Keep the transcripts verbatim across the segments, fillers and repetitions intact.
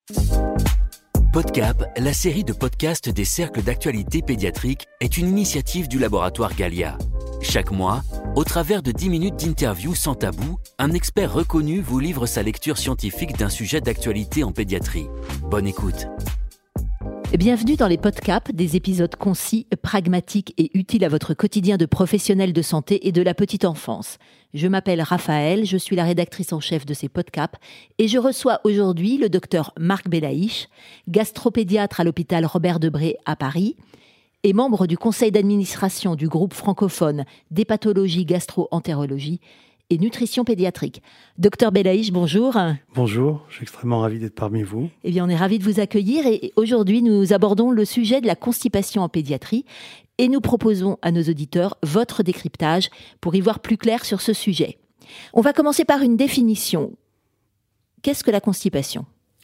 PodCap, la série de podcasts des cercles d'actualité pédiatrique, est une initiative du laboratoire Galia. Chaque mois, au travers de dix minutes d'interview sans tabou, un expert reconnu vous livre sa lecture scientifique d'un sujet d'actualité en pédiatrie. Bonne écoute. Bienvenue dans les PodCap, des épisodes concis, pragmatiques et utiles à votre quotidien de professionnel de santé et de la petite enfance. Je m'appelle Raphaël, je suis la rédactrice en chef de ces PodCap et je reçois aujourd'hui le docteur Marc Belaïch, gastropédiatre à l'hôpital Robert Debré à Paris et membre du conseil d'administration du groupe francophone d'hépatologie, gastro-entérologie et nutrition pédiatrique. Docteur Belaïch, bonjour. Bonjour, je suis extrêmement ravi d'être parmi vous. Eh bien, on est ravis de vous accueillir et aujourd'hui, nous abordons le sujet de la constipation en pédiatrie et nous proposons à nos auditeurs votre décryptage pour y voir plus clair sur ce sujet. On va commencer par une définition. Qu'est-ce que la constipation ?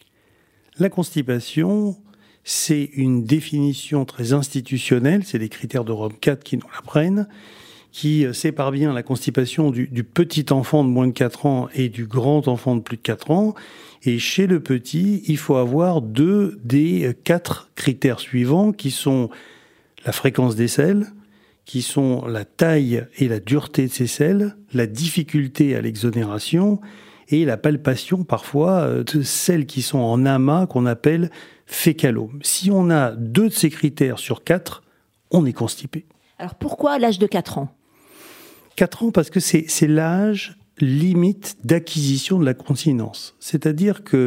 La constipation, c'est une définition très institutionnelle, c'est les critères de Rome quatre qui nous l'apprennent, qui sépare bien la constipation du, du petit enfant de moins de quatre ans et du grand enfant de plus de quatre ans. Et chez le petit, il faut avoir deux des quatre critères suivants qui sont la fréquence des selles, qui sont la taille et la dureté de ces selles, la difficulté à l'exonération et la palpation parfois de celles qui sont en amas qu'on appelle fécalome. Si on a deux de ces critères sur quatre, on est constipé. Alors pourquoi l'âge de quatre ans ? quatre ans parce que c'est, c'est l'âge limite d'acquisition de la continence. C'est-à-dire que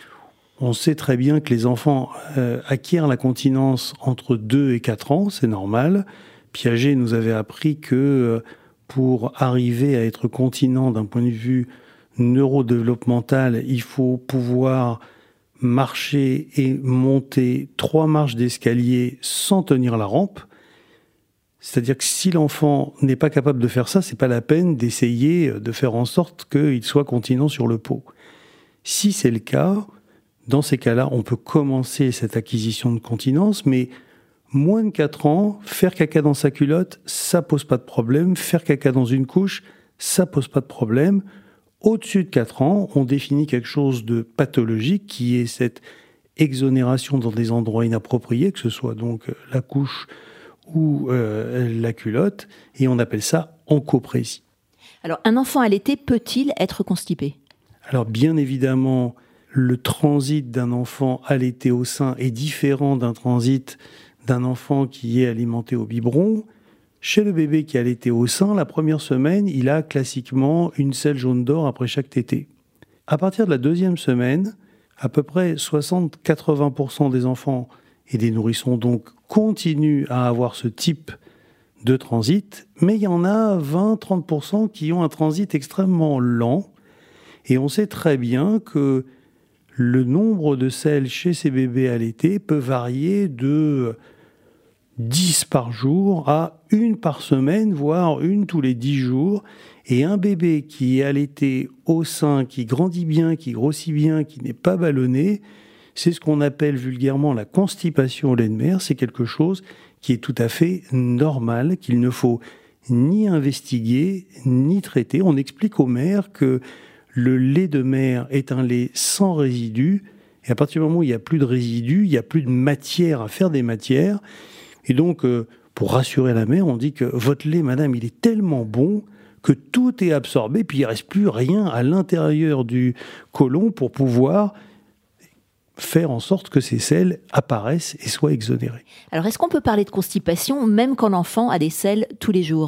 on sait très bien que les enfants euh, acquièrent la continence entre deux et quatre ans, c'est normal. Piaget nous avait appris que euh, pour arriver à être continent d'un point de vue neurodéveloppemental, il faut pouvoir marcher et monter trois marches d'escalier sans tenir la rampe. C'est-à-dire que si l'enfant n'est pas capable de faire ça, c'est pas la peine d'essayer de faire en sorte qu'il soit continent sur le pot. Si c'est le cas, dans ces cas-là, on peut commencer cette acquisition de continence, mais moins de quatre ans, faire caca dans sa culotte, ça pose pas de problème. Faire caca dans une couche, ça pose pas de problème. Au-dessus de quatre ans, on définit quelque chose de pathologique qui est cette exonération dans des endroits inappropriés, que ce soit donc la couche ou euh, la culotte, et on appelle ça encoprésie. Alors, un enfant allaité peut-il être constipé ? Alors, bien évidemment, le transit d'un enfant allaité au sein est différent d'un transit d'un enfant qui est alimenté au biberon. Chez le bébé qui est allaité au sein, la première semaine, il a classiquement une selle jaune d'or après chaque tétée. À partir de la deuxième semaine, à peu près soixante à quatre-vingts pour cent des enfants et des nourrissons donc continuent à avoir ce type de transit, mais il y en a vingt à trente pour cent qui ont un transit extrêmement lent. Et on sait très bien que le nombre de selles chez ces bébés allaités peut varier de dix par jour à une par semaine, voire une tous les dix jours. Et un bébé qui est allaité au sein, qui grandit bien, qui grossit bien, qui n'est pas ballonné, c'est ce qu'on appelle vulgairement la constipation au lait de mère. C'est quelque chose qui est tout à fait normal, qu'il ne faut ni investiguer, ni traiter. On explique aux mères que le lait de mère est un lait sans résidus. Et à partir du moment où il n'y a plus de résidus, il n'y a plus de matière à faire des matières. Et donc, euh, pour rassurer la mère, on dit que votre lait, madame, il est tellement bon que tout est absorbé, puis il ne reste plus rien à l'intérieur du côlon pour pouvoir faire en sorte que ces selles apparaissent et soient exonérées. Alors, est-ce qu'on peut parler de constipation même quand l'enfant a des selles tous les jours ?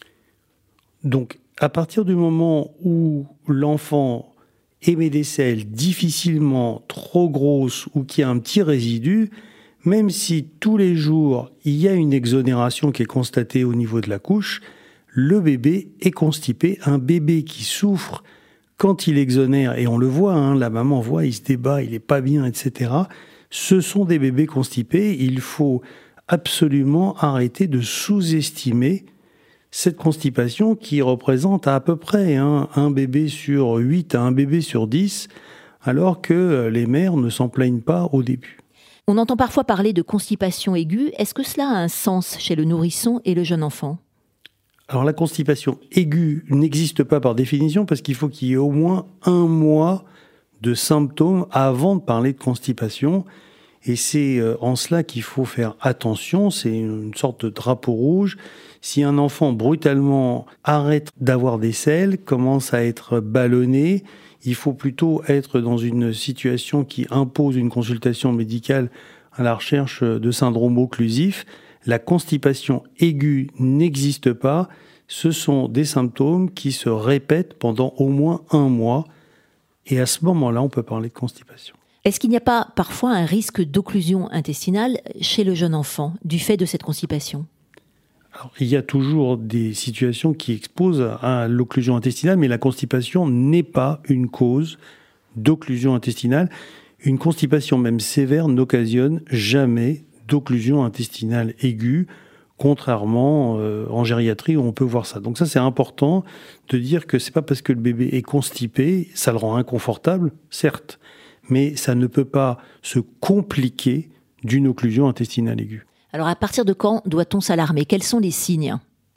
Donc, à partir du moment où l'enfant émet des selles difficilement trop grosses ou qui a un petit résidu, même si tous les jours il y a une exonération qui est constatée au niveau de la couche, le bébé est constipé. Un bébé qui souffre quand il exonère, et on le voit, hein, la maman voit, il se débat, il n'est pas bien, et cetera. Ce sont des bébés constipés. Il faut absolument arrêter de sous-estimer cette constipation qui représente à, à peu près hein, un bébé sur huit à un bébé sur dix, alors que les mères ne s'en plaignent pas au début. On entend parfois parler de constipation aiguë. Est-ce que cela a un sens chez le nourrisson et le jeune enfant ? Alors la constipation aiguë n'existe pas par définition parce qu'il faut qu'il y ait au moins un mois de symptômes avant de parler de constipation. Et c'est en cela qu'il faut faire attention, c'est une sorte de drapeau rouge. Si un enfant brutalement arrête d'avoir des selles, commence à être ballonné, il faut plutôt être dans une situation qui impose une consultation médicale à la recherche de syndrome occlusif. La constipation aiguë n'existe pas. Ce sont des symptômes qui se répètent pendant au moins un mois. Et à ce moment-là, on peut parler de constipation. Est-ce qu'il n'y a pas parfois un risque d'occlusion intestinale chez le jeune enfant du fait de cette constipation ? Alors, il y a toujours des situations qui exposent à l'occlusion intestinale, mais la constipation n'est pas une cause d'occlusion intestinale. Une constipation, même sévère, n'occasionne jamais d'occlusion intestinale aiguë, contrairement euh, en gériatrie où on peut voir ça. Donc ça, c'est important de dire que c'est pas parce que le bébé est constipé, ça le rend inconfortable, certes, mais ça ne peut pas se compliquer d'une occlusion intestinale aiguë. Alors, à partir de quand doit-on s'alarmer ? Quels sont les signes ?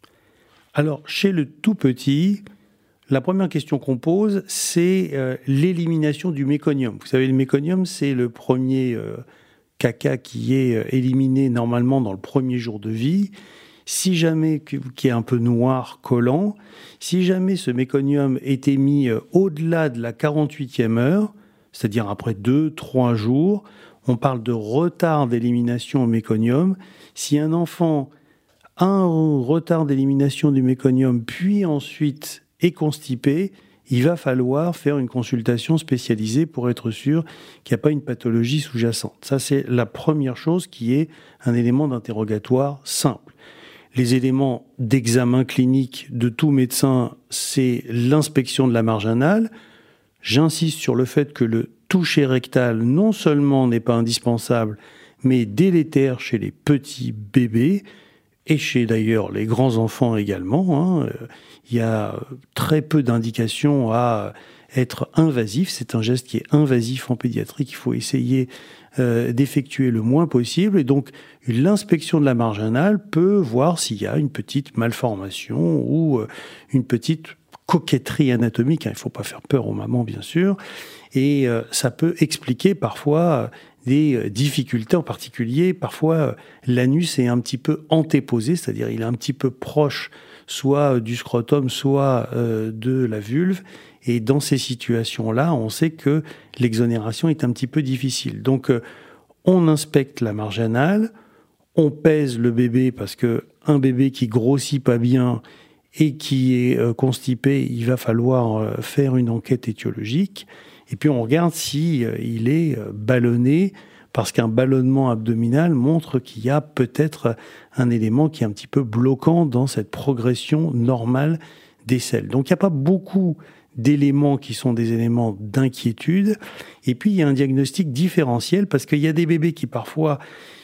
Alors, chez le tout petit, la première question qu'on pose, c'est euh, l'élimination du méconium. Vous savez, le méconium, c'est le premier euh, caca qui est euh, éliminé normalement dans le premier jour de vie. Si jamais, qui est un peu noir, collant, si jamais ce méconium est émis euh, au-delà de la quarante-huitième heure, c'est-à-dire après deux, trois jours, on parle de retard d'élimination au méconium. Si un enfant a un retard d'élimination du méconium, puis ensuite est constipé, il va falloir faire une consultation spécialisée pour être sûr qu'il n'y a pas une pathologie sous-jacente. Ça, c'est la première chose qui est un élément d'interrogatoire simple. Les éléments d'examen clinique de tout médecin, c'est l'inspection de la marge anale. J'insiste sur le fait que le toucher rectal, non seulement n'est pas indispensable, mais délétère chez les petits bébés et chez d'ailleurs les grands enfants également. Hein. Il y a très peu d'indications à être invasif. C'est un geste qui est invasif en pédiatrie qu'il faut essayer euh, d'effectuer le moins possible. Et donc, l'inspection de la marge anale peut voir s'il y a une petite malformation ou euh, une petite coquetterie anatomique. Il ne faut pas faire peur aux mamans, bien sûr. Et euh, ça peut expliquer parfois euh, des euh, difficultés, en particulier, parfois euh, l'anus est un petit peu antéposé, c'est-à-dire il est un petit peu proche soit du scrotum, soit euh, de la vulve. Et dans ces situations-là, on sait que l'exonération est un petit peu difficile. Donc, euh, on inspecte la marge anale, on pèse le bébé, parce que un bébé qui grossit pas bien et qui est euh, constipé, il va falloir euh, faire une enquête étiologique. Et puis on regarde si euh, il est euh, ballonné, parce qu'un ballonnement abdominal montre qu'il y a peut-être un élément qui est un petit peu bloquant dans cette progression normale des selles. Donc il n'y a pas beaucoup d'éléments qui sont des éléments d'inquiétude. Et puis il y a un diagnostic différentiel, parce qu'il y a des bébés qui parfois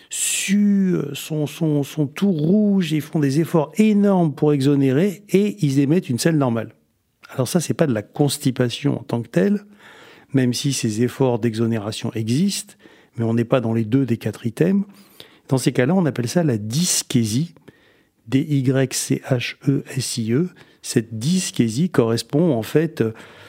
su, sont, sont, sont tout rouges, ils font des efforts énormes pour exonérer et ils émettent une selle normale. Alors ça, c'est pas de la constipation en tant que telle, même si ces efforts d'exonération existent, mais on n'est pas dans les deux des quatre items. Dans ces cas-là, on appelle ça la dyschésie, D Y C H E S I E. Cette dyschésie correspond en fait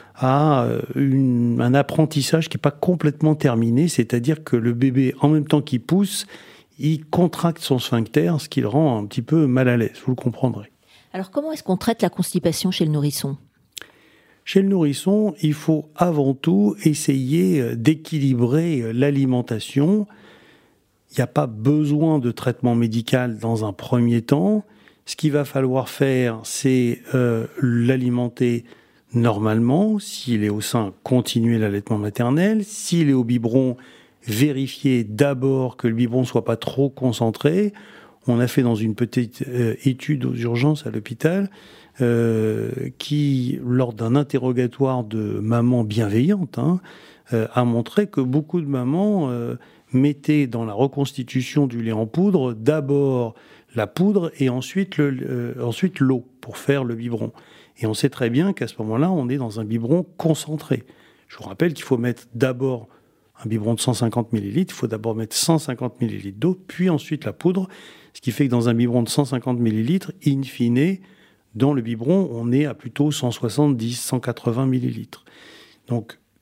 à une, un apprentissage qui n'est pas complètement terminé, c'est-à-dire que le bébé, en même temps qu'il pousse, il contracte son sphincter, ce qui le rend un petit peu mal à l'aise, vous le comprendrez. Alors comment est-ce qu'on traite la constipation chez le nourrisson ? Chez le nourrisson, il faut avant tout essayer d'équilibrer l'alimentation. Il n'y a pas besoin de traitement médical dans un premier temps. Ce qu'il va falloir faire, c'est euh, l'alimenter normalement. S'il est au sein, continuer l'allaitement maternel. S'il est au biberon, vérifier d'abord que le biberon ne soit pas trop concentré. On a fait dans une petite euh, étude aux urgences à l'hôpital euh, qui, lors d'un interrogatoire de mamans bienveillantes, hein, euh, a montré que beaucoup de mamans euh, mettaient dans la reconstitution du lait en poudre d'abord la poudre et ensuite, le, euh, ensuite l'eau pour faire le biberon. Et on sait très bien qu'à ce moment-là, on est dans un biberon concentré. Je vous rappelle qu'il faut mettre d'abord un biberon de cent cinquante millilitres, il faut d'abord mettre cent cinquante millilitres d'eau, puis ensuite la poudre, ce qui fait que dans un biberon de cent cinquante millilitres, in fine, dans le biberon, on est à plutôt cent soixante-dix, cent quatre-vingts millilitres. Donc,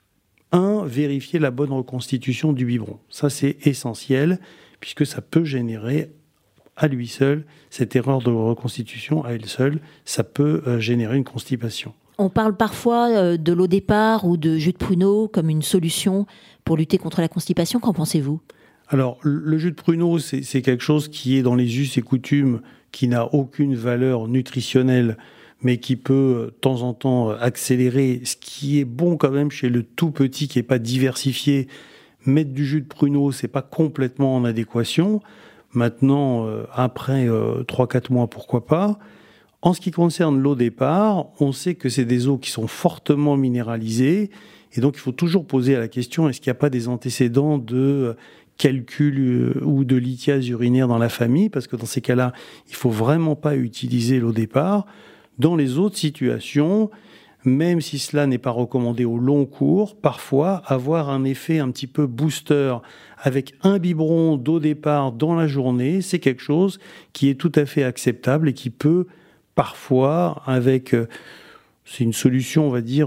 Un, vérifier la bonne reconstitution du biberon. Ça, c'est essentiel, puisque ça peut générer à lui seul, cette erreur de reconstitution, à elle seule, ça peut euh, générer une constipation. On parle parfois euh, de l'eau départ ou de jus de pruneau comme une solution pour lutter contre la constipation. Qu'en pensez-vous ? Alors, le jus de pruneau, c'est, c'est quelque chose qui est dans les us et coutumes, qui n'a aucune valeur nutritionnelle, mais qui peut, de temps en temps, accélérer. Ce qui est bon quand même chez le tout petit, qui n'est pas diversifié, mettre du jus de pruneau, c'est pas complètement en adéquation. Maintenant, euh, après euh, trois à quatre mois, pourquoi pas. En ce qui concerne l'eau départ, on sait que c'est des eaux qui sont fortement minéralisées, et donc il faut toujours poser la question, est-ce qu'il n'y a pas des antécédents de calcul ou de lithiase urinaire dans la famille, parce que dans ces cas-là, il ne faut vraiment pas utiliser l'eau départ. Dans les autres situations, même si cela n'est pas recommandé au long cours, parfois avoir un effet un petit peu booster avec un biberon d'eau départ dans la journée, c'est quelque chose qui est tout à fait acceptable et qui peut parfois, avec, c'est une solution, on va dire,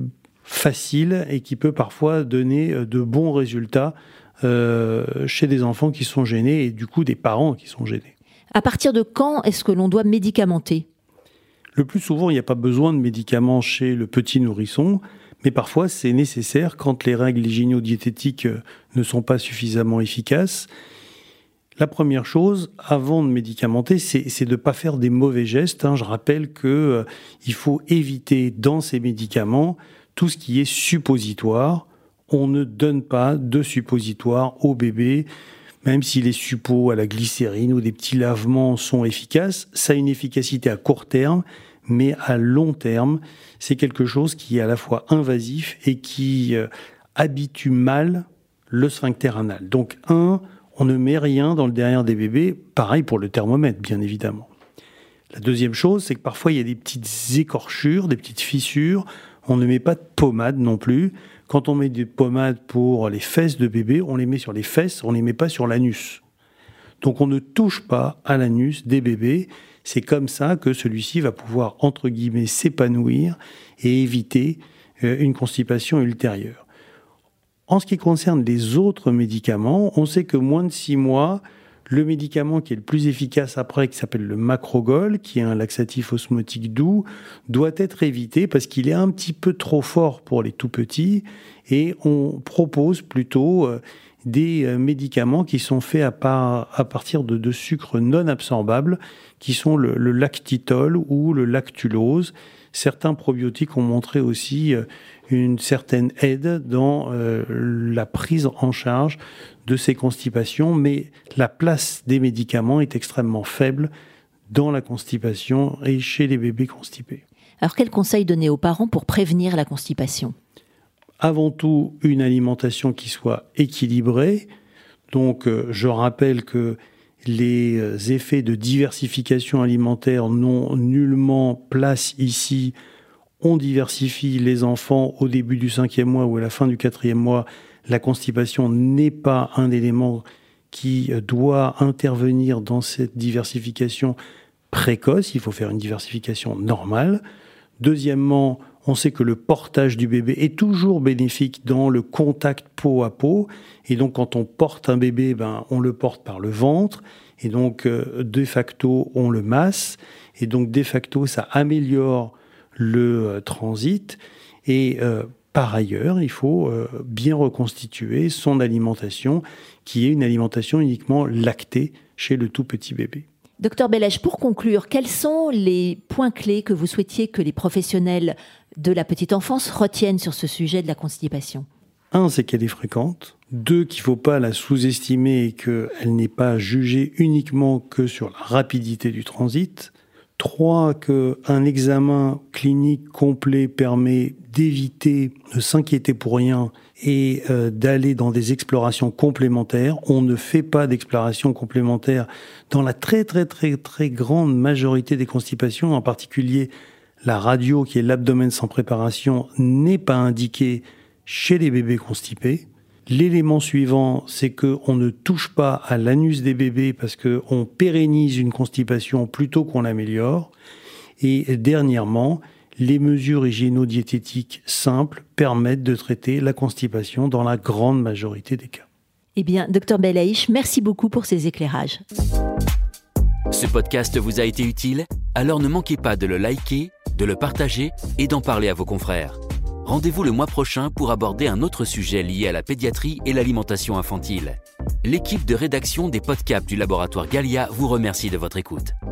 facile et qui peut parfois donner de bons résultats Euh, chez des enfants qui sont gênés et du coup des parents qui sont gênés. À partir de quand est-ce que l'on doit médicamenter ? Le plus souvent, il n'y a pas besoin de médicaments chez le petit nourrisson, mais parfois c'est nécessaire quand les règles hygiéno-diététiques ne sont pas suffisamment efficaces. La première chose, avant de médicamenter, c'est, c'est de ne pas faire des mauvais gestes. Hein. Je rappelle qu'il euh, faut éviter dans ces médicaments tout ce qui est suppositoire. On ne donne pas de suppositoire au bébé, même si les suppos à la glycérine ou des petits lavements sont efficaces. Ça a une efficacité à court terme, mais à long terme, c'est quelque chose qui est à la fois invasif et qui euh, habitue mal le sphincter anal. Donc, un, on ne met rien dans le derrière des bébés, pareil pour le thermomètre, bien évidemment. La deuxième chose, c'est que parfois, il y a des petites écorchures, des petites fissures. On ne met pas de pommade non plus. Quand on met des pommades pour les fesses de bébé, on les met sur les fesses, on ne les met pas sur l'anus. Donc on ne touche pas à l'anus des bébés. C'est comme ça que celui-ci va pouvoir, entre guillemets, s'épanouir et éviter une constipation ultérieure. En ce qui concerne les autres médicaments, on sait que moins de six mois, le médicament qui est le plus efficace après, qui s'appelle le Macrogol, qui est un laxatif osmotique doux, doit être évité parce qu'il est un petit peu trop fort pour les tout-petits et on propose plutôt des médicaments qui sont faits à, part, à partir de, de sucres non absorbables, qui sont le, le lactitol ou le lactulose. Certains probiotiques ont montré aussi une certaine aide dans euh, la prise en charge de ces constipations, mais la place des médicaments est extrêmement faible dans la constipation et chez les bébés constipés. Alors, quels conseils donner aux parents pour prévenir la constipation ? Avant tout, une alimentation qui soit équilibrée. Donc, euh, je rappelle que les effets de diversification alimentaire n'ont nullement place ici. On diversifie les enfants au début du cinquième mois ou à la fin du quatrième mois. La constipation n'est pas un élément qui doit intervenir dans cette diversification précoce. Il faut faire une diversification normale. Deuxièmement, on sait que le portage du bébé est toujours bénéfique dans le contact peau à peau. Et donc, quand on porte un bébé, ben, on le porte par le ventre. Et donc, euh, de facto, on le masse. Et donc, de facto, ça améliore le euh, transit. Et euh, par ailleurs, il faut euh, bien reconstituer son alimentation, qui est une alimentation uniquement lactée chez le tout petit bébé. Docteur Bellèche, pour conclure, quels sont les points clés que vous souhaitiez que les professionnels de la petite enfance retiennent sur ce sujet de la constipation ? Un, c'est qu'elle est fréquente. Deux, qu'il ne faut pas la sous-estimer et qu'elle n'est pas jugée uniquement que sur la rapidité du transit. Trois, qu'un examen clinique complet permet d'éviter de s'inquiéter pour rien et euh, d'aller dans des explorations complémentaires. On ne fait pas d'exploration complémentaire dans la très très très très grande majorité des constipations, en particulier la radio qui est l'abdomen sans préparation n'est pas indiquée chez les bébés constipés. L'élément suivant, c'est qu'on ne touche pas à l'anus des bébés parce qu'on pérennise une constipation plutôt qu'on l'améliore. Et dernièrement, les mesures hygiéno-diététiques simples permettent de traiter la constipation dans la grande majorité des cas. Eh bien, docteur Belaïch, merci beaucoup pour ces éclairages. Ce podcast vous a été utile? Alors ne manquez pas de le liker, de le partager et d'en parler à vos confrères. Rendez-vous le mois prochain pour aborder un autre sujet lié à la pédiatrie et l'alimentation infantile. L'équipe de rédaction des podcasts du laboratoire Gallia vous remercie de votre écoute.